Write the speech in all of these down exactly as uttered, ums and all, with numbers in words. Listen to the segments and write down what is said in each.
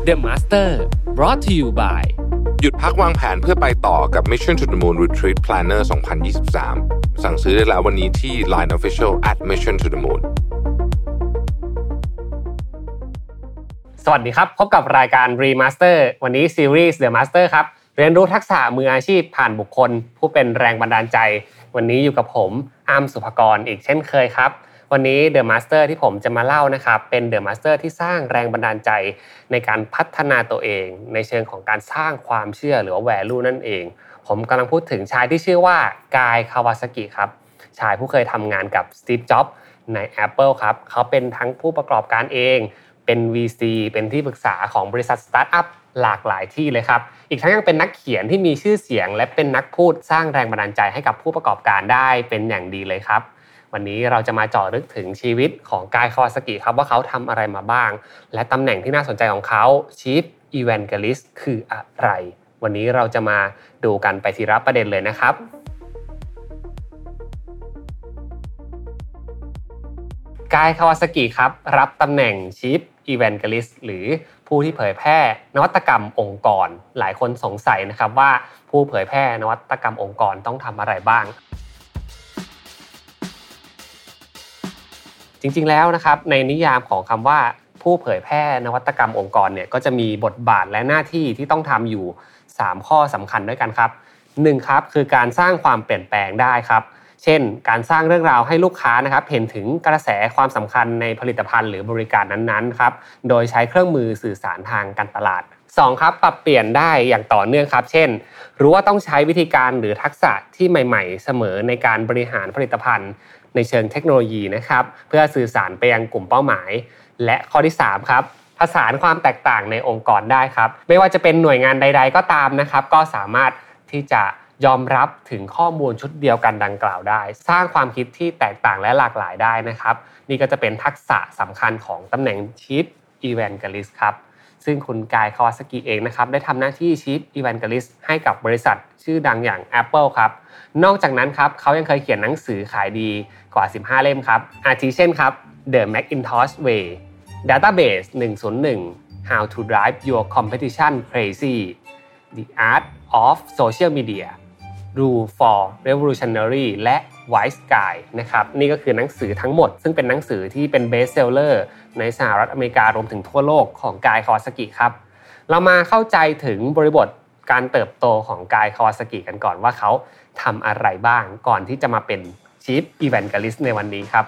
The Master brought to you by หยุดพักวางแผนเพื่อไปต่อกับ Mission to the Moon Retreat Planner สองพันยี่สิบสามสั่งซื้อได้แล้ววันนี้ที่ ไลน์ Official แอท มิชชั่น ทู เดอะ มูนสวัสดีครับพบกับรายการ Remaster วันนี้ซีรีส์ The Master ครับเรียนรู้ทักษะมืออาชีพผ่านบุคคลผู้เป็นแรงบันดาลใจวันนี้อยู่กับผมอาร์มสุภกรอีกเช่นเคยครับวันนี้ The Master ที่ผมจะมาเล่านะครับเป็น The Master ที่สร้างแรงบันดาลใจในการพัฒนาตัวเองในเชิงของการสร้างความเชื่อหรือว่า value นั่นเองผมกำลังพูดถึงชายที่ชื่อว่ากายคาวาซากิครับชายผู้เคยทำงานกับสตีฟจ็อบส์ใน Apple ครับเขาเป็นทั้งผู้ประกอบการเองเป็น วี ซี เป็นที่ปรึกษาของบริษัทสตาร์ทอัพหลากหลายที่เลยครับอีกทั้งยังเป็นนักเขียนที่มีชื่อเสียงและเป็นนักพูดสร้างแรงบันดาลใจให้กับผู้ประกอบการได้เป็นอย่างดีเลยครับวันนี้เราจะมาเจาะลึกถึงชีวิตของกายคาวาซากิครับว่าเขาทำอะไรมาบ้างและตำแหน่งที่น่าสนใจของเขา Chief Evangelist คืออะไรวันนี้เราจะมาดูกันไปทีละประเด็นเลยนะครับกายคาวาซากิครับรับตำแหน่ง Chief Evangelist หรือผู้ที่เผยแพร่นวัตกรรมองค์กรหลายคนสงสัยนะครับว่าผู้เผยแพร่นวัตกรรมองค์กรต้องทำอะไรบ้างจริงๆแล้วนะครับในนิยามของคำว่าผู้เผยแพร่นวัตกรรมองค์กรเนี่ยก็จะมีบทบาทและหน้าที่ที่ต้องทำอยู่สามข้อสำคัญด้วยกันครับหนึ่งครับคือการสร้างความเปลี่ยนแปลงได้ครับเช่นการสร้างเรื่องราวให้ลูกค้านะครับเห็นถึงกระแสความสำคัญในผลิตภัณฑ์หรือบริการนั้นๆครับโดยใช้เครื่องมือสื่อสารทางการตลาดสองครับปรับเปลี่ยนได้อย่างต่อเนื่องครับเช่นรู้ว่าต้องใช้วิธีการหรือทักษะที่ใหม่ๆเสมอในการบริหารผลิตภัณฑ์ในเชิงเทคโนโลยีนะครับเพื่อสื่อสารไปยังกลุ่มเป้าหมายและข้อที่สามครับผสานความแตกต่างในองค์กรได้ครับไม่ว่าจะเป็นหน่วยงานใดๆก็ตามนะครับก็สามารถที่จะยอมรับถึงข้อมูลชุดเดียวกันดังกล่าวได้สร้างความคิดที่แตกต่างและหลากหลายได้นะครับนี่ก็จะเป็นทักษะสำคัญของตำแหน่ง Chief Evangelist ครับซึ่งคุณกายคาวาซากิเองนะครับได้ทำหน้าที่ Chief Evangelist ให้กับบริษัทชื่อดังอย่าง Apple ครับนอกจากนั้นครับเขายังเคยเขียนหนังสือขายดีกว่าสิบห้าเล่มครับอาทิเช่นครับ The Macintosh Way Database หนึ่งศูนย์หนึ่ง How to Drive Your Competition Crazy The Art of Social Media Rule for Revolutionary และ Wise Guy นะครับนี่ก็คือหนังสือทั้งหมดซึ่งเป็นหนังสือที่เป็นเบสเซลเลอร์ในสหรัฐอเมริการวมถึงทั่วโลกของกายคาวาซากิครับเรามาเข้าใจถึงบริบทการเติบโตของกายคาวาซากิกันก่อนว่าเขาทำอะไรบ้างก่อนที่จะมาเป็น Chief Evangelist ในวันนี้ครับ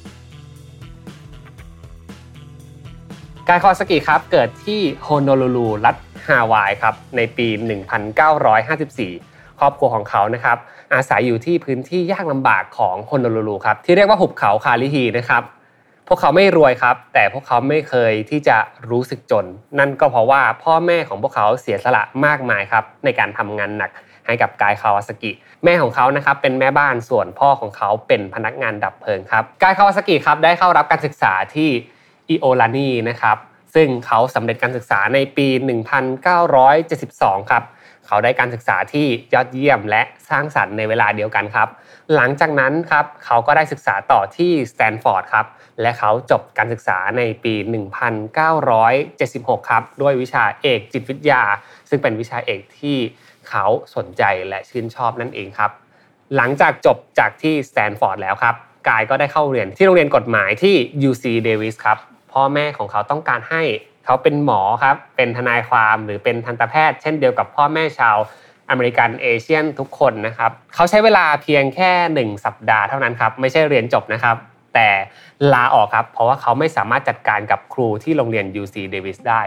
กายคาวาซากิครับเกิดที่โฮโนลูลูรัฐฮาวายครับในปีหนึ่งพันเก้าร้อยห้าสิบสี่ครอบครัวของเขานะครับอาศัยอยู่ที่พื้นที่ยากลำบากของโฮโนลูลูครับที่เรียกว่าหุบเขาคาลิฮีนะครับพวกเขาไม่รวยครับแต่พวกเขาไม่เคยที่จะรู้สึกจนนั่นก็เพราะว่าพ่อแม่ของพวกเขาเสียสละมากมายครับในการทำงานหนักให้กับกายคาวาซากิแม่ของเขานะครับเป็นแม่บ้านส่วนพ่อของเขาเป็นพนักงานดับเพลิงครับกายคาวาซากิครับได้เข้ารับการศึกษาที่อิโอลานีนะครับซึ่งเขาสำเร็จการศึกษาในปีหนึ่งพันเก้าร้อยเจ็ดสิบสองครับเขาได้การศึกษาที่ยอดเยี่ยมและสร้างสรรค์ในเวลาเดียวกันครับหลังจากนั้นครับเขาก็ได้ศึกษาต่อที่สแตนฟอร์ดครับและเขาจบการศึกษาในปีหนึ่งพันเก้าร้อยเจ็ดสิบหกครับด้วยวิชาเอกจิตวิทยาซึ่งเป็นวิชาเอกที่เขาสนใจและชื่นชอบนั่นเองครับหลังจากจบจากที่สแตนฟอร์ดแล้วครับกายก็ได้เข้าเรียนที่โรงเรียนกฎหมายที่ ยู ซี Davis ครับพ่อแม่ของเขาต้องการให้เขาเป็นหมอครับเป็นทนายความหรือเป็นทันตแพทย์เช่นเดียวกับพ่อแม่ชาวอเมริกันเอเชียนทุกคนนะครับเขาใช้เวลาเพียงแค่หนึ่งสัปดาห์เท่านั้นครับไม่ใช่เรียนจบนะครับแต่ลาออกครับเพราะว่าเขาไม่สามารถจัดการกับครูที่โรงเรียน ยู ซี Davis ได้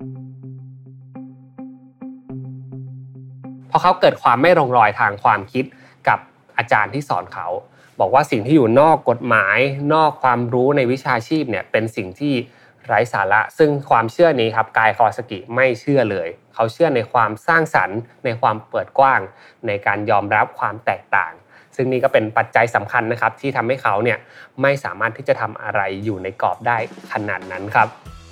เพราะเขาเกิดความไม่ลงรอยทางความคิดกับอาจารย์ที่สอนเขาบอกว่าสิ่งที่อยู่นอกกฎหมายนอกความรู้ในวิชาชีพเนี่ยเป็นสิ่งที่ไร้สาระซึ่งความเชื่อนี้ครับกายคาวาซากิไม่เชื่อเลยเขาเชื่อในความสร้างสรรค์ในความเปิดกว้างในการยอมรับความแตกต่างซึ่งนี่ก็เป็นปัจจัยสำคัญนะครับที่ทำให้เขาเนี่ยไม่สามารถที่จะทำอะไรอยู่ในกรอบได้ขนาดนั้นครับ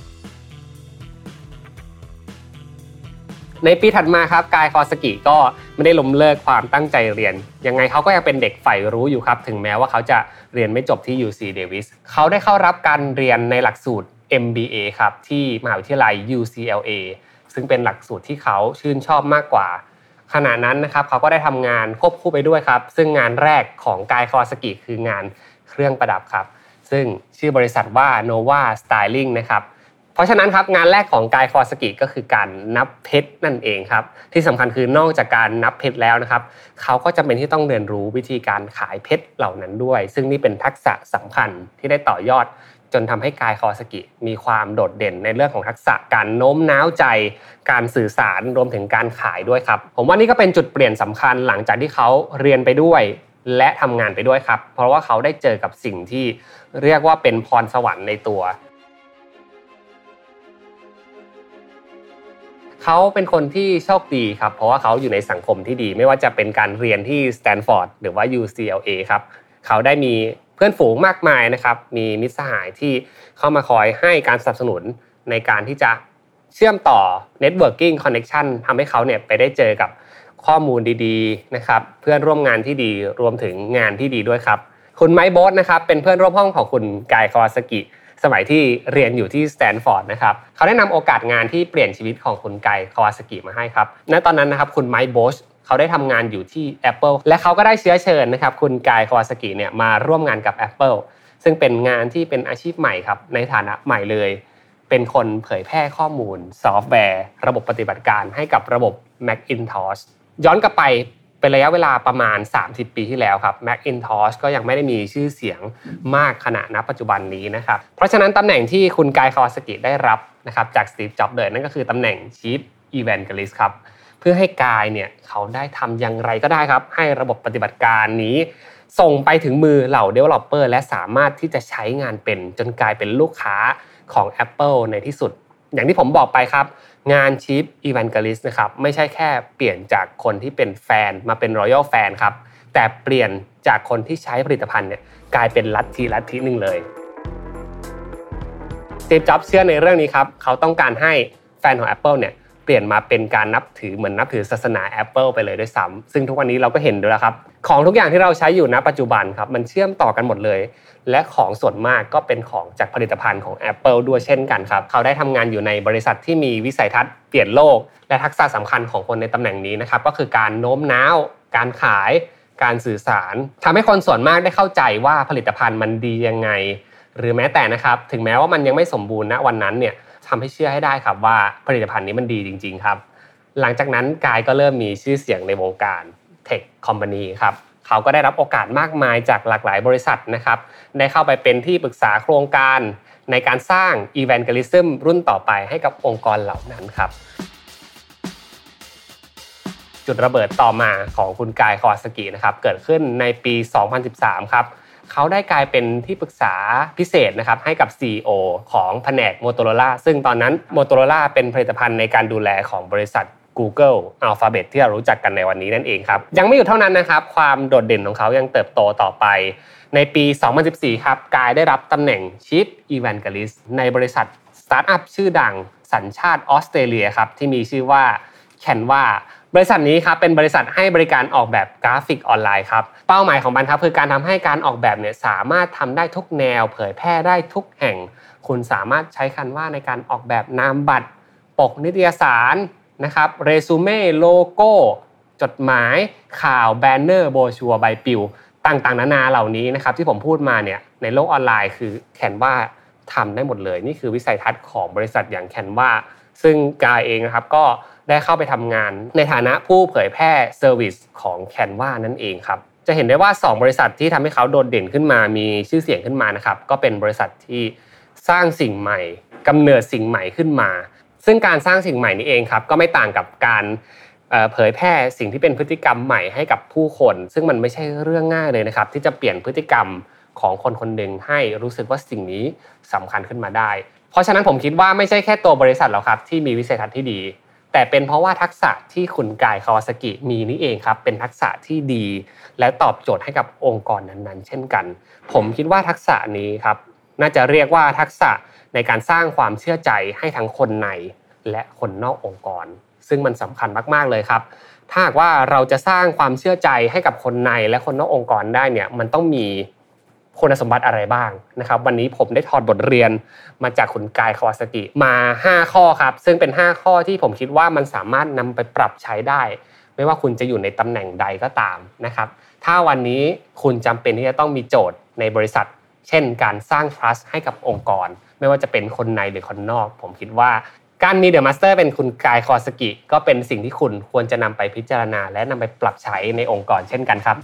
ในปีถัดมาครับกายคาวาซากิก็ไม่ได้ล้มเลิกความตั้งใจเรียนยังไงเขาก็ยังเป็นเด็กใฝ่รู้อยู่ครับถึงแม้ว่าเขาจะเรียนไม่จบที่ ยู ซี Davis เขาได้เข้ารับการเรียนในหลักสูตรเอ็ม บี เอ ครับที่มหาวิทยาลัย ยู ซี แอล เอ ซึ่งเป็นหลักสูตรที่เขาชื่นชอบมากกว่าขณะนั้นนะครับเขาก็ได้ทำงานควบคู่ไปด้วยครับซึ่งงานแรกของกาย Kawasaki คืองานเครื่องประดับครับซึ่งชื่อบริษัทว่า Nova Styling นะครับเพราะฉะนั้นครับงานแรกของกาย Kawasaki ก็คือการนับเพชรนั่นเองครับที่สำคัญคือนอกจากการนับเพชรแล้วนะครับเขาก็จำเป็นที่ต้องเรียนรู้วิธีการขายเพชรเหล่านั้นด้วยซึ่งนี่เป็นทักษะสำคัญที่ได้ต่อยอดจนทำให้กาย Kawasaki มีความโดดเด่นในเรื่องของทักษะการโน้มน้าวใจการสื่อสารรวมถึงการขายด้วยครับผมว่านี่ก็เป็นจุดเปลี่ยนสำคัญหลังจากที่เขาเรียนไปด้วยและทำงานไปด้วยครับเพราะว่าเขาได้เจอกับสิ่งที่เรียกว่าเป็นพรสวรรค์ในตัวเขาเป็นคนที่โชคดีครับเพราะว่าเขาอยู่ในสังคมที่ดีไม่ว่าจะเป็นการเรียนที่สแตนฟอร์ดหรือว่า ยู ซี แอล เอ ครับเขาได้มีเพื่อนฝูงมากมายนะครับมีมิตรสหายที่เข้ามาคอยให้การสนับสนุนในการที่จะเชื่อมต่อ networking connection ทำให้เขาเนี่ยไปได้เจอกับข้อมูลดีๆนะครับเพื่อนร่วมงานที่ดีรวมถึงงานที่ดีด้วยครับคุณไมค์โบ๊ทนะครับเป็นเพื่อนร่วมห้องของคุณกาย Kawasakiสมัยที่เรียนอยู่ที่สแตนฟอร์ดนะครับเขาได้นำโอกาสงานที่เปลี่ยนชีวิตของคุณกาย Kawasaki มาให้ครับณตอนนั้นนะครับคุณไมค์โบ๊ทเขาได้ทำงานอยู่ที่ Apple และเขาก็ได้เชื้อเชิญนะครับคุณกาย Kawasaki เนี่ยมาร่วมงานกับ Apple ซึ่งเป็นงานที่เป็นอาชีพใหม่ครับในฐานะใหม่เลยเป็นคนเผยแพร่ข้อมูลซอฟต์แวร์ระบบปฏิบัติการให้กับระบบ Macintosh ย้อนกลับไปเป็นระยะเวลาประมาณสามสิบปีที่แล้วครับ Macintosh ก็ยังไม่ได้มีชื่อเสียงมากขนาดณปัจจุบันนี้นะครับเพราะฉะนั้นตำแหน่งที่คุณกาย Kawasaki ได้รับนะครับจาก Steve Jobs เลยนั่นก็คือตำแหน่ง Chief Evangelist ครับเพื่อให้กายเนี่ยเขาได้ทำอย่างไรก็ได้ครับให้ระบบปฏิบัติการนี้ส่งไปถึงมือเหล่า Developer และสามารถที่จะใช้งานเป็นจนกลายเป็นลูกค้าของ Apple ในที่สุดอย่างที่ผมบอกไปครับงาน Chief Evangelist นะครับไม่ใช่แค่เปลี่ยนจากคนที่เป็นแฟนมาเป็น Royal Fan ครับแต่เปลี่ยนจากคนที่ใช้ผลิตภัณฑ์เนี่ยกลายเป็นลัทธิลัทธินึงเลย Steve Jobs เชื่อในเรื่องนี้ครับเขาต้องการให้แฟนของ Apple เนี่ยเปลี่ยนมาเป็นการนับถือเหมือนนับถือศาสนา Apple ไปเลยด้วยซ้ำซึ่งทุกวันนี้เราก็เห็นด้วยแล้วครับของทุกอย่างที่เราใช้อยู่ณปัจจุบันครับมันเชื่อมต่อกันหมดเลยและของส่วนมากก็เป็นของจากผลิตภัณฑ์ของ Apple ด้วยเช่นกันครับเขาได้ทำงานอยู่ในบริษัทที่มีวิสัยทัศน์เปลี่ยนโลกและทักษะสำคัญของคนในตำแหน่งนี้นะครับก็คือการโน้มน้าวการขายการสื่อสารทำให้คนส่วนมากได้เข้าใจว่าผลิตภัณฑ์มันดียังไงหรือแม้แต่นะครับถึงแม้ว่ามันยังไม่สมบูรณ์ณวันนั้นเนี่ยทำให้เชื่อให้ได้ครับว่าผลิตภัณฑ์นี้มันดีจริงๆครับหลังจากนั้นกายก็เริ่มมีชื่อเสียงในวงการ Tech Company ครับเขาก็ได้รับโอกาสมากมายจากหลากหลายบริษัทนะครับได้เข้าไปเป็นที่ปรึกษาโครงการในการสร้าง Evangelism รุ่นต่อไปให้กับองค์กรเหล่านั้นครับจุดระเบิดต่อมาของคุณกาย Kawasaki นะครับเกิดขึ้นในปีสองพันสิบสามครับเขาได้กลายเป็นที่ปรึกษาพิเศษนะครับให้กับ ซี อี โอ ของแผนก Motorola ซึ่งตอนนั้น Motorola เป็นผลิตภัณฑ์ในการดูแลของบริษัท Google Alphabet ที่เรารู้จักกันในวันนี้นั่นเองครับยังไม่หยุดเท่านั้นนะครับความโดดเด่นของเขายังเติบโตต่อไปในปีสองพันสิบสี่ครับกายได้รับตำแหน่ง Chief Evangelist ในบริษัทสตาร์ทอัพชื่อดังสัญชาติออสเตรเลียครับที่มีชื่อว่า Canvaบริษัทนี้ครับเป็นบริษัทให้บริการออกแบบกราฟิกออนไลน์ครับเป้าหมายของมันครับคือการทำให้การออกแบบเนี่ยสามารถทำได้ทุกแนวเผยแพร่ได้ทุกแห่งคุณสามารถใช้ Canva ในการออกแบบนามบัตรปกนิตยสารนะครับเรซูเม่โลโก้จดหมายข่าวแบนเนอร์โบรชัวร์ใบปลิวต่างๆนานาเหล่านี้นะครับที่ผมพูดมาเนี่ยในโลกออนไลน์คือ Canva ทำได้หมดเลยนี่คือวิสัยทัศน์ของบริษัทอย่าง Canva ซึ่งกายเองนะครับก็ได้เข้าไปทำงานในฐานะผู้เผยแพร่เซอร์วิสของ Canva นั่นเองครับจะเห็นได้ว่าสองบริษัทที่ทำให้เขาโดดเด่นขึ้นมามีชื่อเสียงขึ้นมานะครับก็เป็นบริษัทที่สร้างสิ่งใหม่กำเนิดสิ่งใหม่ขึ้นมาซึ่งการสร้างสิ่งใหม่นี้เองครับก็ไม่ต่างกับการเอ่อเผยแพร่สิ่งที่เป็นพฤติกรรมใหม่ให้กับผู้คนซึ่งมันไม่ใช่เรื่องง่ายเลยนะครับที่จะเปลี่ยนพฤติกรรมของคนคนหนึ่งให้รู้สึกว่าสิ่งนี้สำคัญขึ้นมาได้เพราะฉะนั้นผมคิดว่าไม่ใช่แค่ตัวบริษัทหรอกครับที่มีวิสัยทัศน์ที่ดีแต่เป็นเพราะว่าทักษะที่คุณกาย Kawasaki มีนี่เองครับเป็นทักษะที่ดีและตอบโจทย์ให้กับองค์กรนั้นๆเช่นกันผมคิดว่าทักษะนี้ครับน่าจะเรียกว่าทักษะในการสร้างความเชื่อใจให้ทั้งคนในและคนนอกองค์กรซึ่งมันสำคัญมากๆเลยครับถ้าหากว่าเราจะสร้างความเชื่อใจให้กับคนในและคนนอกองค์กรได้เนี่ยมันต้องมีคุณสมบัติอะไรบ้างนะครับวันนี้ผมได้ถอดบทเรียนมาจากคุณกายคาวาซากิมาห้าข้อครับซึ่งเป็นห้าข้อที่ผมคิดว่ามันสามารถนำไปปรับใช้ได้ไม่ว่าคุณจะอยู่ในตำแหน่งใดก็ตามนะครับถ้าวันนี้คุณจำเป็นที่จะต้องมีโจทย์ในบริษัทเช่นการสร้าง trust ให้กับองค์กรไม่ว่าจะเป็นคนในหรือคนนอกผมคิดว่าการมี The Master เป็นคุณกายคาวาซากิก็เป็นสิ่งที่คุณควรจะนำไปพิจารณาและนำไปปรับใช้ในองค์กรเช่นกันครับ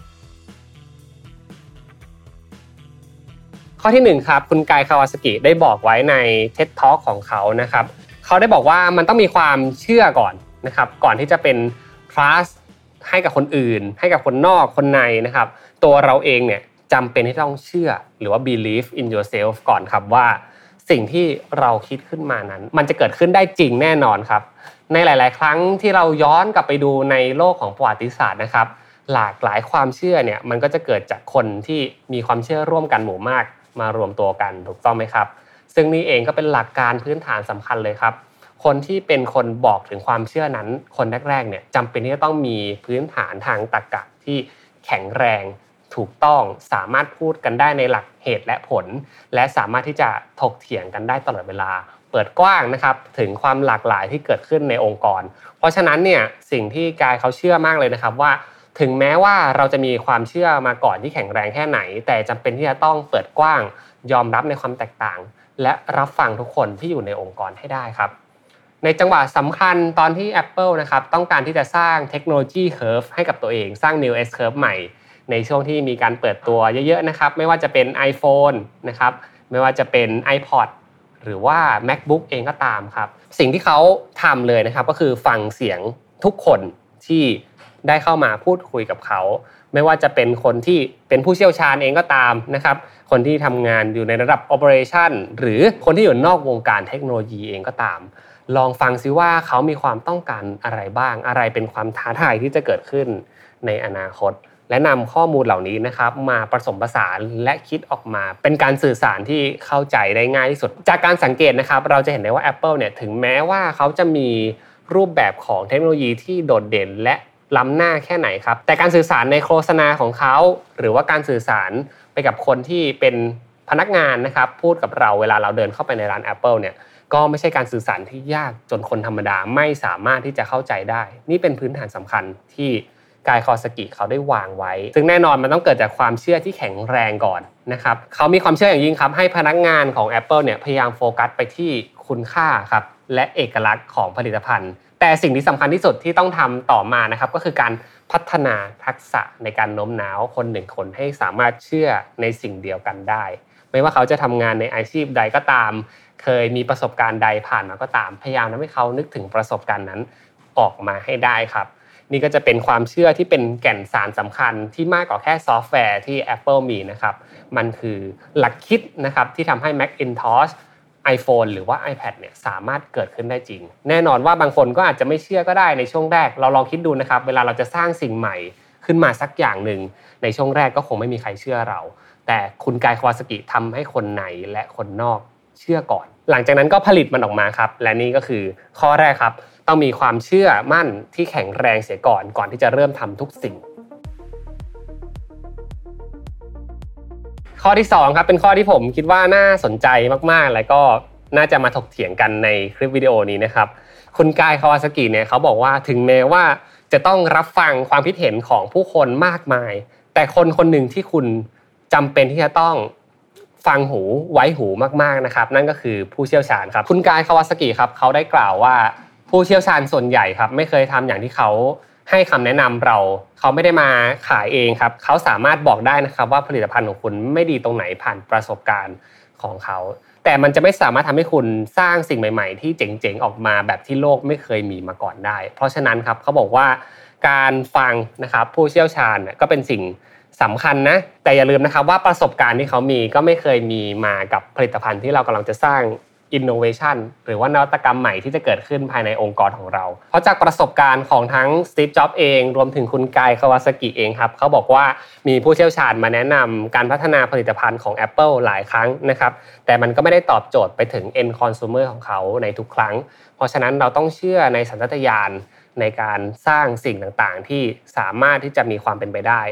ข้อที่หนึ่งครับคุณกายคาวาซากิได้บอกไว้ใน ที อี ดี Talk ของเขานะครับเขาได้บอกว่ามันต้องมีความเชื่อก่อนนะครับก่อนที่จะเป็น trust ให้กับคนอื่นให้กับคนนอกคนในนะครับตัวเราเองเนี่ยจำเป็นที่ต้องเชื่อหรือว่า believe in yourself ก่อนครับว่าสิ่งที่เราคิดขึ้นมานั้นมันจะเกิดขึ้นได้จริงแน่นอนครับในหลายๆครั้งที่เราย้อนกลับไปดูในโลกของประวัติศาสตร์นะครับหลากหลายความเชื่อเนี่ยมันก็จะเกิดจากคนที่มีความเชื่อร่วมกันหมู่มากมารวมตัวกันถูกต้องไหมครับซึ่งนี่เองก็เป็นหลักการพื้นฐานสำคัญเลยครับคนที่เป็นคนบอกถึงความเชื่อนั้นคนแรกๆเนี่ยจำเป็นที่จะต้องมีพื้นฐานทางตรรกะที่แข็งแรงถูกต้องสามารถพูดกันได้ในหลักเหตุและผลและสามารถที่จะถกเถียงกันได้ตลอดเวลาเปิดกว้างนะครับถึงความหลากหลายที่เกิดขึ้นในองค์กรเพราะฉะนั้นเนี่ยสิ่งที่กายเขาเชื่อมากเลยนะครับว่าถึงแม้ว่าเราจะมีความเชื่อมาก่อนที่แข็งแรงแค่ไหนแต่จำเป็นที่จะต้องเปิดกว้างยอมรับในความแตกต่างและรับฟังทุกคนที่อยู่ในองค์กรให้ได้ครับในจังหวะสำคัญตอนที่ Apple นะครับต้องการที่จะสร้างเทคโนโลยี curve ให้กับตัวเองสร้าง New S curve ใหม่ในช่วงที่มีการเปิดตัวเยอะๆนะครับไม่ว่าจะเป็น iPhone นะครับไม่ว่าจะเป็น iPod หรือว่า MacBook เองก็ตามครับสิ่งที่เขาทำเลยนะครับก็คือฟังเสียงทุกคนที่ได้เข้ามาพูดคุยกับเขาไม่ว่าจะเป็นคนที่เป็นผู้เชี่ยวชาญเองก็ตามนะครับคนที่ทำงานอยู่ในระดับ Operation หรือคนที่อยู่นอกวงการเทคโนโลยีเองก็ตามลองฟังซิว่าเขามีความต้องการอะไรบ้างอะไรเป็นความท้าทายที่จะเกิดขึ้นในอนาคตและนำข้อมูลเหล่านี้นะครับมาผสมผสานและคิดออกมาเป็นการสื่อสารที่เข้าใจได้ง่ายที่สุดจากการสังเกตนะครับเราจะเห็นได้ว่า Apple เนี่ยถึงแม้ว่าเขาจะมีรูปแบบของเทคโนโลยีที่โดดเด่นและล้ำหน้าแค่ไหนครับแต่การสื่อสารในโฆษณาของเขาหรือว่าการสื่อสารไปกับคนที่เป็นพนักงานนะครับพูดกับเราเวลาเราเดินเข้าไปในร้าน Apple เนี่ยก็ไม่ใช่การสื่อสารที่ยากจนคนธรรมดาไม่สามารถที่จะเข้าใจได้นี่เป็นพื้นฐานสำคัญที่กายคาวาซากิเขาได้วางไว้ซึ่งแน่นอนมันต้องเกิดจากความเชื่อที่แข็งแรงก่อนนะครับเขามีความเชื่ออย่างยิ่งครับให้พนักงานของ Apple เนี่ยพยายามโฟกัสไปที่คุณค่าครับและเอกลักษณ์ของผลิตภัณฑ์แต่สิ่งที่สำคัญที่สุดที่ต้องทำต่อมานะครับก็คือการพัฒนาทักษะในการโน้มน้าวคนหนึ่งคนให้สามารถเชื่อในสิ่งเดียวกันได้ไม่ว่าเขาจะทำงานในอาชีพใดก็ตามเคยมีประสบการณ์ใดผ่านมาก็ตามพยายามทำให้เขานึกถึงประสบการณ์นั้นออกมาให้ได้ครับนี่ก็จะเป็นความเชื่อที่เป็นแก่นสารสำคัญที่มากกว่าแค่ซอฟต์แวร์ที่ Apple มีนะครับมันคือหลักคิดนะครับที่ทำให้ Macintosh iPhone หรือว่า iPad เนี่ยสามารถเกิดขึ้นได้จริงแน่นอนว่าบางคนก็อาจจะไม่เชื่อก็ได้ในช่วงแรกเราลองคิดดูนะครับเวลาเราจะสร้างสิ่งใหม่ขึ้นมาสักอย่างนึงในช่วงแรกก็คงไม่มีใครเชื่อเราแต่คุณกายคาวาซากิทำให้คนในและคนนอกเชื่อก่อนหลังจากนั้นก็ผลิตมันออกมาครับและนี่ก็คือข้อแรกครับต้องมีความเชื่อมั่นที่แข็งแรงเสียก่อนก่อนที่จะเริ่มทำทุกสิ่งข้อที่สองครับเป็นข้อที่ผมคิดว่าน่าสนใจมากๆแล้วก็น่าจะมาถกเถียงกันในคลิปวิดีโอนี้นะครับคุณกายคาวาซากิเนี่ยเขาบอกว่าถึงแม้ว่าจะต้องรับฟังความคิดเห็นของผู้คนมากมายแต่คนคนหนึ่งที่คุณจำเป็นที่จะต้องฟังหูไว้หูมากๆนะครับนั่นก็คือผู้เชี่ยวชาญครับคุณกายคาวาซากิครับเขาได้กล่าวว่าผู้เชี่ยวชาญส่วนใหญ่ครับไม่เคยทำอย่างที่เขาให้คำแนะนำเราเขาไม่ได้มาขายเองครับเขาสามารถบอกได้นะครับว่าผลิตภัณฑ์ของคุณไม่ดีตรงไหนผ่านประสบการณ์ของเขาแต่มันจะไม่สามารถทำให้คุณสร้างสิ่งใหม่ๆที่เจ๋งๆออกมาแบบที่โลกไม่เคยมีมาก่อนได้เพราะฉะนั้นครับเขาบอกว่าการฟังนะครับผู้เชี่ยวชาญก็เป็นสิ่งสำคัญนะแต่อย่าลืมนะครับว่าประสบการณ์ที่เขามีก็ไม่เคยมีมากับผลิตภัณฑ์ที่เรากำลังจะสร้างinnovation หรือว่านวัตกรรมใหม่ที่จะเกิดขึ้นภายในองค์กรของเราเพราะจากประสบการณ์ของทั้ง Steve Jobs เองรวมถึงคุณกายคาวาซากิเองครับเขาบอกว่ามีผู้เชี่ยวชาญมาแนะนำการพัฒนาผลิตภัณฑ์ของ Apple หลายครั้งนะครับแต่มันก็ไม่ได้ตอบโจทย์ไปถึง end consumer ของเขาในทุกครั้งเพราะฉะนั้นเราต้องเชื่อในสัญชาตญาณในการสร้างสิ่งต่างๆที่สามารถที่จะมีความเป็นไปได้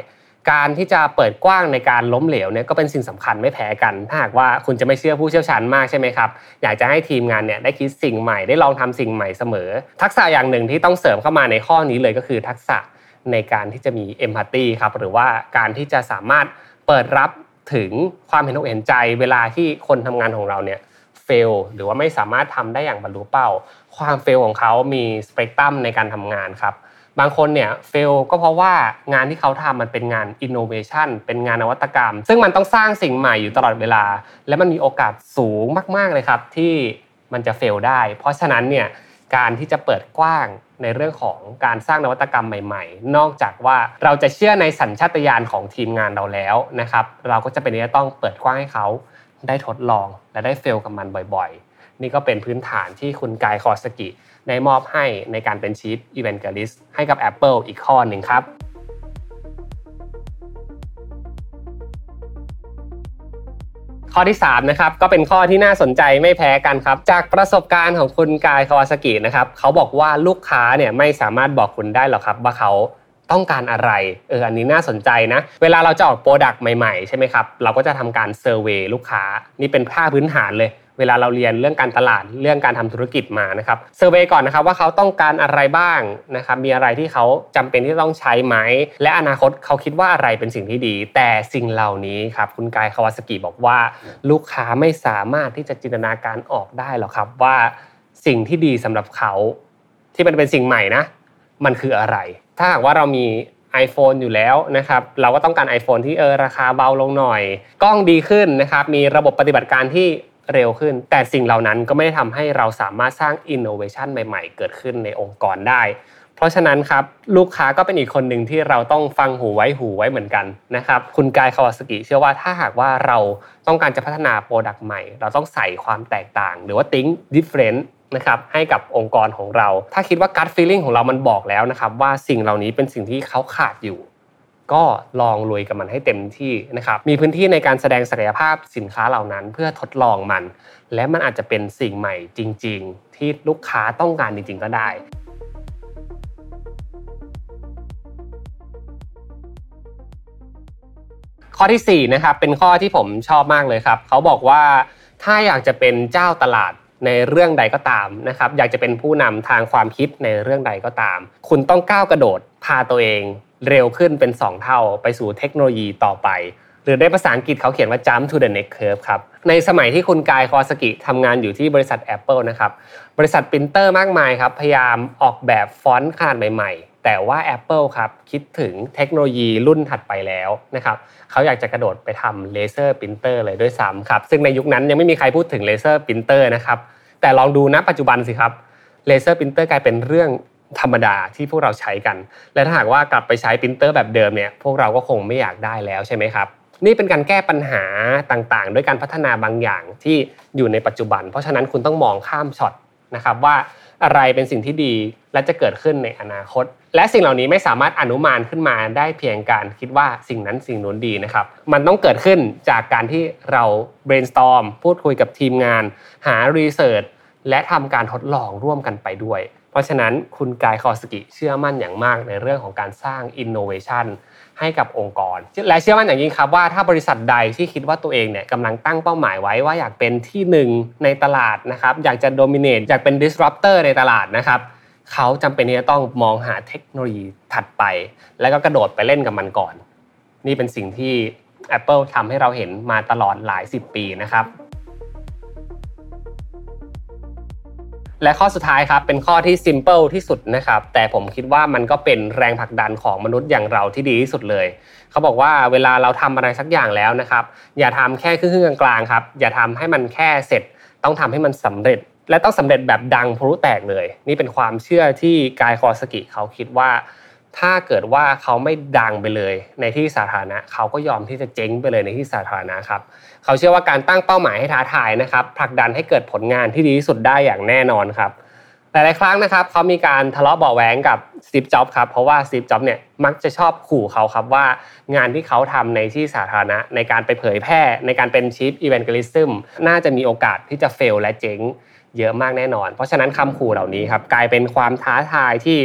การที่จะเปิดกว้างในการล้มเหลวเนี่ยก็เป็นสิ่งสำคัญไม่แพ้กันถ้าหากว่าคุณจะไม่เชื่อผู้เชี่ยวชาญมากใช่ไหมครับอยากจะให้ทีมงานเนี่ยได้คิดสิ่งใหม่ได้ลองทำสิ่งใหม่เสมอทักษะอย่างหนึ่งที่ต้องเสริมเข้ามาในข้อนี้เลยก็คือทักษะในการที่จะมี empathy ครับหรือว่าการที่จะสามารถเปิดรับถึงความเห็นอกเห็นใจเวลาที่คนทำงานของเราเนี่ยเฟลหรือว่าไม่สามารถทำได้อย่างบรรลุเป้าความเฟลของเขามีสเปกตรัมในการทำงานครับบางคนเนี่ยเฟลก็เพราะว่างานที่เขาทำมันเป็นงาน innovation เป็นงานนวัตกรรมซึ่งมันต้องสร้างสิ่งใหม่อยู่ตลอดเวลาและมันมีโอกาสสูงมากๆเลยครับที่มันจะเฟลได้เพราะฉะนั้นเนี่ยการที่จะเปิดกว้างในเรื่องของการสร้างนวัตกรรมใหม่ๆนอกจากว่าเราจะเชื่อในสัญชาตญาณของทีมงานเราแล้วนะครับเราก็จะเป็นที่จะต้องเปิดกว้างให้เขาได้ทดลองและได้เฟลกับมันบ่อยๆนี่ก็เป็นพื้นฐานที่คุณกายคอสกิได้มอบให้ในการเป็น Chief Evangelist ให้กับ Apple อีกข้อหนึ่งครับข้อที่สามนะครับก็เป็นข้อที่น่าสนใจไม่แพ้กันครับจากประสบการณ์ของคุณกายคาวาซากินะครับเขาบอกว่าลูกค้าเนี่ยไม่สามารถบอกคุณได้หรอกครับว่าเขาต้องการอะไรเอออันนี้น่าสนใจนะเวลาเราจะออกโปรดักต์ใหม่ๆใช่ไหมครับเราก็จะทำการเซอร์เวย์ลูกค้านี่เป็นค่าพื้นฐานเลยเวลาเราเรียนเรื่องการตลาดเรื่องการทำธุรกิจมานะครับเซอร์เวย์ก่อนนะครับว่าเขาต้องการอะไรบ้างนะครับมีอะไรที่เขาจำเป็นที่ต้องใช้ไหมและอนาคตเขาคิดว่าอะไรเป็นสิ่งที่ดีแต่สิ่งเหล่านี้ครับคุณกายคาวาซากิบอกว่าลูกค้าไม่สามารถที่จะจินตนาการออกได้หรอกครับว่าสิ่งที่ดีสำหรับเขาที่มันเป็นสิ่งใหม่นะมันคืออะไรถ้าหากว่าเรามี iPhone อยู่แล้วนะครับเราก็ต้องการ iPhone ที่เออราคาเบาลงหน่อยกล้องดีขึ้นนะครับมีระบบปฏิบัติการที่เร็วขึ้นแต่สิ่งเหล่านั้นก็ไม่ได้ทำให้เราสามารถสร้าง innovation ใหม่ๆเกิดขึ้นในองค์กรได้เพราะฉะนั้นครับลูกค้าก็เป็นอีกคนหนึ่งที่เราต้องฟังหูไว้หูไว้เหมือนกันนะครับคุณกายคาวาซากิเชื่อว่าถ้าหากว่าเราต้องการจะพัฒนาโปรดักต์ใหม่เราต้องใส่ความแตกต่างหรือว่า think different นะครับให้กับองค์กรของเราถ้าคิดว่า gut feeling ของเรามันบอกแล้วนะครับว่าสิ่งเหล่านี้เป็นสิ่งที่เขาขาดอยู่ก็ลองลุยกับมันให้เต็มที่นะครับมีพื้นที่ในการแสดงศักยภาพสินค้าเหล่านั้นเพื่อทดลองมันและมันอาจจะเป็นสิ่งใหม่จริงๆที่ลูกค้าต้องการจริงๆก็ได้ข้อที่สี่นะครับเป็นข้อที่ผมชอบมากเลยครับเขาบอกว่าถ้าอยากจะเป็นเจ้าตลาดในเรื่องใดก็ตามนะครับอยากจะเป็นผู้นำทางความคิดในเรื่องใดก็ตามคุณต้องก้าวกระโดดพาตัวเองเร็วขึ้นเป็นสองเท่าไปสู่เทคโนโลยีต่อไปหรือในภาษาอังกฤษเขาเขียนว่า jump to the next curve ครับในสมัยที่คุณกายคาวาซากิทำงานอยู่ที่บริษัท Apple นะครับบริษัทปรินเตอร์มากมายครับพยายามออกแบบฟอนต์ขนาดใหม่ๆแต่ว่า Apple ครับคิดถึงเทคโนโลยีรุ่นถัดไปแล้วนะครับเขาอยากจะกระโดดไปทำเลเซอร์ปรินเตอร์เลยด้วยซ้ำครับซึ่งในยุคนั้นยังไม่มีใครพูดถึงเลเซอร์ปรินเตอร์นะครับแต่ลองดูณปัจจุบันสิครับเลเซอร์ปรินเตอร์กลายเป็นเรื่องธรรมดาที่พวกเราใช้กันและถ้าหากว่ากลับไปใช้ปรินเตอร์แบบเดิมเนี่ยพวกเราก็คงไม่อยากได้แล้วใช่ไหมครับนี่เป็นการแก้ปัญหาต่างๆด้วยการพัฒนาบางอย่างที่อยู่ในปัจจุบันเพราะฉะนั้นคุณต้องมองข้ามช็อตนะครับว่าอะไรเป็นสิ่งที่ดีและจะเกิดขึ้นในอนาคตและสิ่งเหล่านี้ไม่สามารถอนุมานขึ้นมาได้เพียงการคิดว่าสิ่งนั้นสิ่งนู้นดีนะครับมันต้องเกิดขึ้นจากการที่เรา brainstorm พูดคุยกับทีมงานหา research และทำการทดลองร่วมกันไปด้วยเพราะฉะนั้นคุณกายคาวาซากิเชื่อมั่นอย่างมากในเรื่องของการสร้าง innovation ให้กับองค์กรและเชื่อมั่นอย่างยิ่งครับว่าถ้าบริษัทใดที่คิดว่าตัวเองเนี่ยกำลังตั้งเป้าหมายไว้ว่าอยากเป็นที่หนึ่งในตลาดนะครับอยากจะ dominate อยากเป็น disruptor ในตลาดนะครับเขาจำเป็นที่จะต้องมองหาเทคโนโลยีถัดไปแล้วก็กระโดดไปเล่นกับมันก่อนนี่เป็นสิ่งที่ Apple ทำให้เราเห็นมาตลอดหลายสิบปีนะครับและข้อสุดท้ายครับเป็นข้อที่ simple ที่สุดนะครับแต่ผมคิดว่ามันก็เป็นแรงผลักดันของมนุษย์อย่างเราที่ดีที่สุดเลยเขาบอกว่าเวลาเราทำอะไรสักอย่างแล้วนะครับอย่าทำแค่ครึ่งๆกลางๆครับอย่าทำให้มันแค่เสร็จต้องทำให้มันสำเร็จและต้องสำเร็จแบบดังพลุแตกเลยนี่เป็นความเชื่อที่กายคาวาซากิเขาคิดว่าถ้าเกิดว่าเขาไม่ดังไปเลยในที่สาธารณะเขาก็ยอมที่จะเจ๊งไปเลยในที่สาธารณะครับเขาเชื่อว่าการตั้งเป้าหมายให้ท้าทายนะครับผลักดันให้เกิดผลงานที่ดีที่สุดได้อย่างแน่นอนครับหลายๆครั้งนะครับเขามีการทะเลาะเบาะแว้งกับสตีฟจ็อบส์ครับเพราะว่าสตีฟจ็อบส์เนี่ยมักจะชอบขู่เขาครับว่างานที่เขาทำในที่สาธารณะในการไปเผยแพร่ในการเป็น Chief Evangelism น่าจะมีโอกาสที่จะเฟลและเจ๊งเยอะมากแน่นอนเพราะฉะนั้นคำขู่เหล่านี้ครับกลายเป็นความท้าทายที่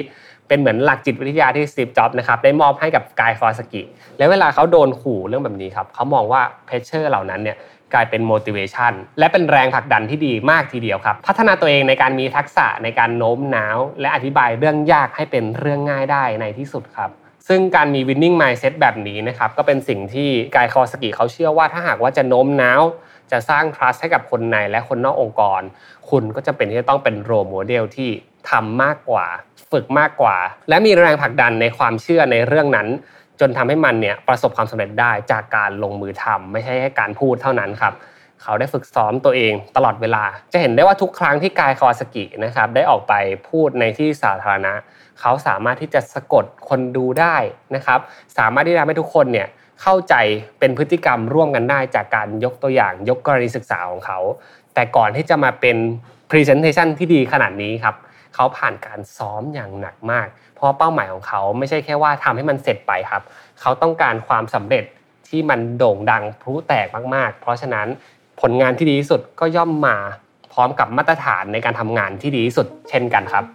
เป็นเหมือนหลักจิตวิทยาที่สตีฟจ็อบส์นะครับได้มอบให้กับกายคาวาซากิและเวลาเขาโดนขู่เรื่องแบบนี้ครับเขามองว่าเพรสเชอร์เหล่านั้นเนี่ยกลายเป็น motivation และเป็นแรงผลักดันที่ดีมากทีเดียวครับพัฒนาตัวเองในการมีทักษะในการโน้มน้าวและอธิบายเรื่องยากให้เป็นเรื่องง่ายได้ในที่สุดครับซึ่งการมี winning mindset แบบนี้นะครับก็เป็นสิ่งที่กายคาวาซากิเขาเชื่อว่าถ้าหากว่าจะโน้มน้าวจะสร้าง trust ให้กับคนในและคนนอกองค์กรคุณก็จะเป็นที่จะต้องเป็น role model ที่ทำมากกว่าฝึกมากกว่าและมีแรงผลักดันในความเชื่อในเรื่องนั้นจนทำให้มันเนี่ยประสบความสำเร็จได้จากการลงมือทำไม่ใช่แค่การพูดเท่านั้นครับเขาได้ฝึกซ้อมตัวเองตลอดเวลาจะเห็นได้ว่าทุกครั้งที่กายคาวาซากินะครับได้ออกไปพูดในที่สาธารณะเขาสามารถที่จะสะกดคนดูได้นะครับสามารถที่จะทำให้ทุกคนเนี่ยเข้าใจเป็นพฤติกรรมร่วมกันได้จากการยกตัวอย่างยกกรณีศึกษาของเขาแต่ก่อนที่จะมาเป็น presentation ที่ดีขนาดนี้ครับเขาผ่านการซ้อมอย่างหนักมากเพราะเป้าหมายของเขาไม่ใช่แค่ว่าทำให้มันเสร็จไปครับเขาต้องการความสำเร็จที่มันโด่งดังพลุแตกมากๆเพราะฉะนั้นผลงานที่ดีที่สุดก็ย่อมมาพร้อมกับมาตรฐานในการทำงานที่ดีที่สุดเช่นกันครับ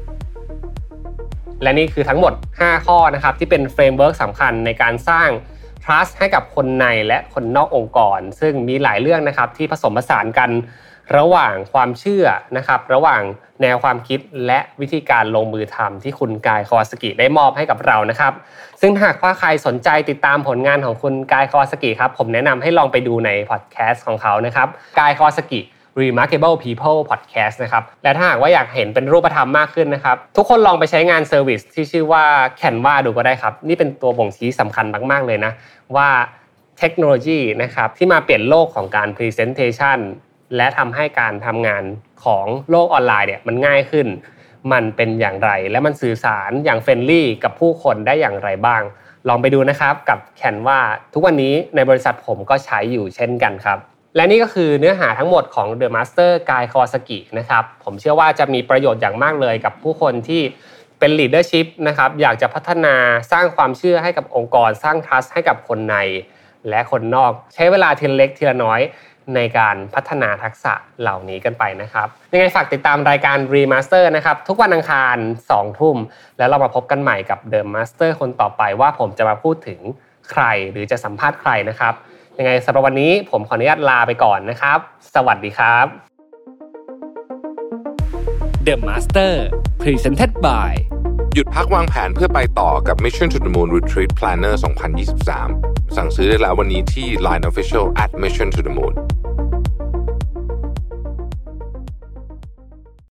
และนี่คือทั้งหมดห้าข้อนะครับที่เป็นเฟรมเวิร์คสำคัญในการสร้าง trust ให้กับคนในและคนนอกองค์กรซึ่งมีหลายเรื่องนะครับที่ผสมผสานกันระหว่างความเชื่อนะครับระหว่างแนวความคิดและวิธีการลงมือทำที่คุณกายคาวาซากิได้มอบให้กับเรานะครับซึ่งหากว่าใครสนใจติดตามผลงานของคุณกายคาวาซากิครับผมแนะนำให้ลองไปดูในพอดแคสต์ของเขานะครับกายคาวาซากิ Remarkable People Podcast นะครับและถ้าหากว่าอยากเห็นเป็นรูปธรรมมากขึ้นนะครับทุกคนลองไปใช้งานเซอร์วิสที่ชื่อว่า Canva ดูก็ได้ครับนี่เป็นตัวบ่งชี้สำคัญมากๆเลยนะว่าเทคโนโลยีนะครับที่มาเปลี่ยนโลกของการ Presentationและทำให้การทำงานของโลกออนไลน์เนี่ยมันง่ายขึ้นมันเป็นอย่างไรและมันสื่อสารอย่างเฟรนลี่กับผู้คนได้อย่างไรบ้างลองไปดูนะครับกับ Canva ทุกวันนี้ในบริษัทผมก็ใช้อยู่เช่นกันครับและนี่ก็คือเนื้อหาทั้งหมดของ The Master กายคาวาซากินะครับผมเชื่อว่าจะมีประโยชน์อย่างมากเลยกับผู้คนที่เป็น leadership นะครับอยากจะพัฒนาสร้างความเชื่อให้กับองค์กรสร้าง trust ให้กับคนในและคนนอกใช้เวลาทีละเล็กทีละน้อยในการพัฒนาทักษะเหล่านี้กันไปนะครับยังไงฝากติดตามรายการ Remaster นะครับทุกวันอังคาร สองทุ่มแล้วเรามาพบกันใหม่กับ The Master คนต่อไปว่าผมจะมาพูดถึงใครหรือจะสัมภาษณ์ใครนะครับยังไงสำหรับวันนี้ผมขออนุญาตลาไปก่อนนะครับสวัสดีครับ The Master Presented by หยุดพักวางแผนเพื่อไปต่อกับ Mission to the Moon Retreat Planner สองพันยี่สิบสามสั่งซื้อได้แล้ววันนี้ที่ ไลน์ Official แอท มิชชั่น ทู เดอะ มูน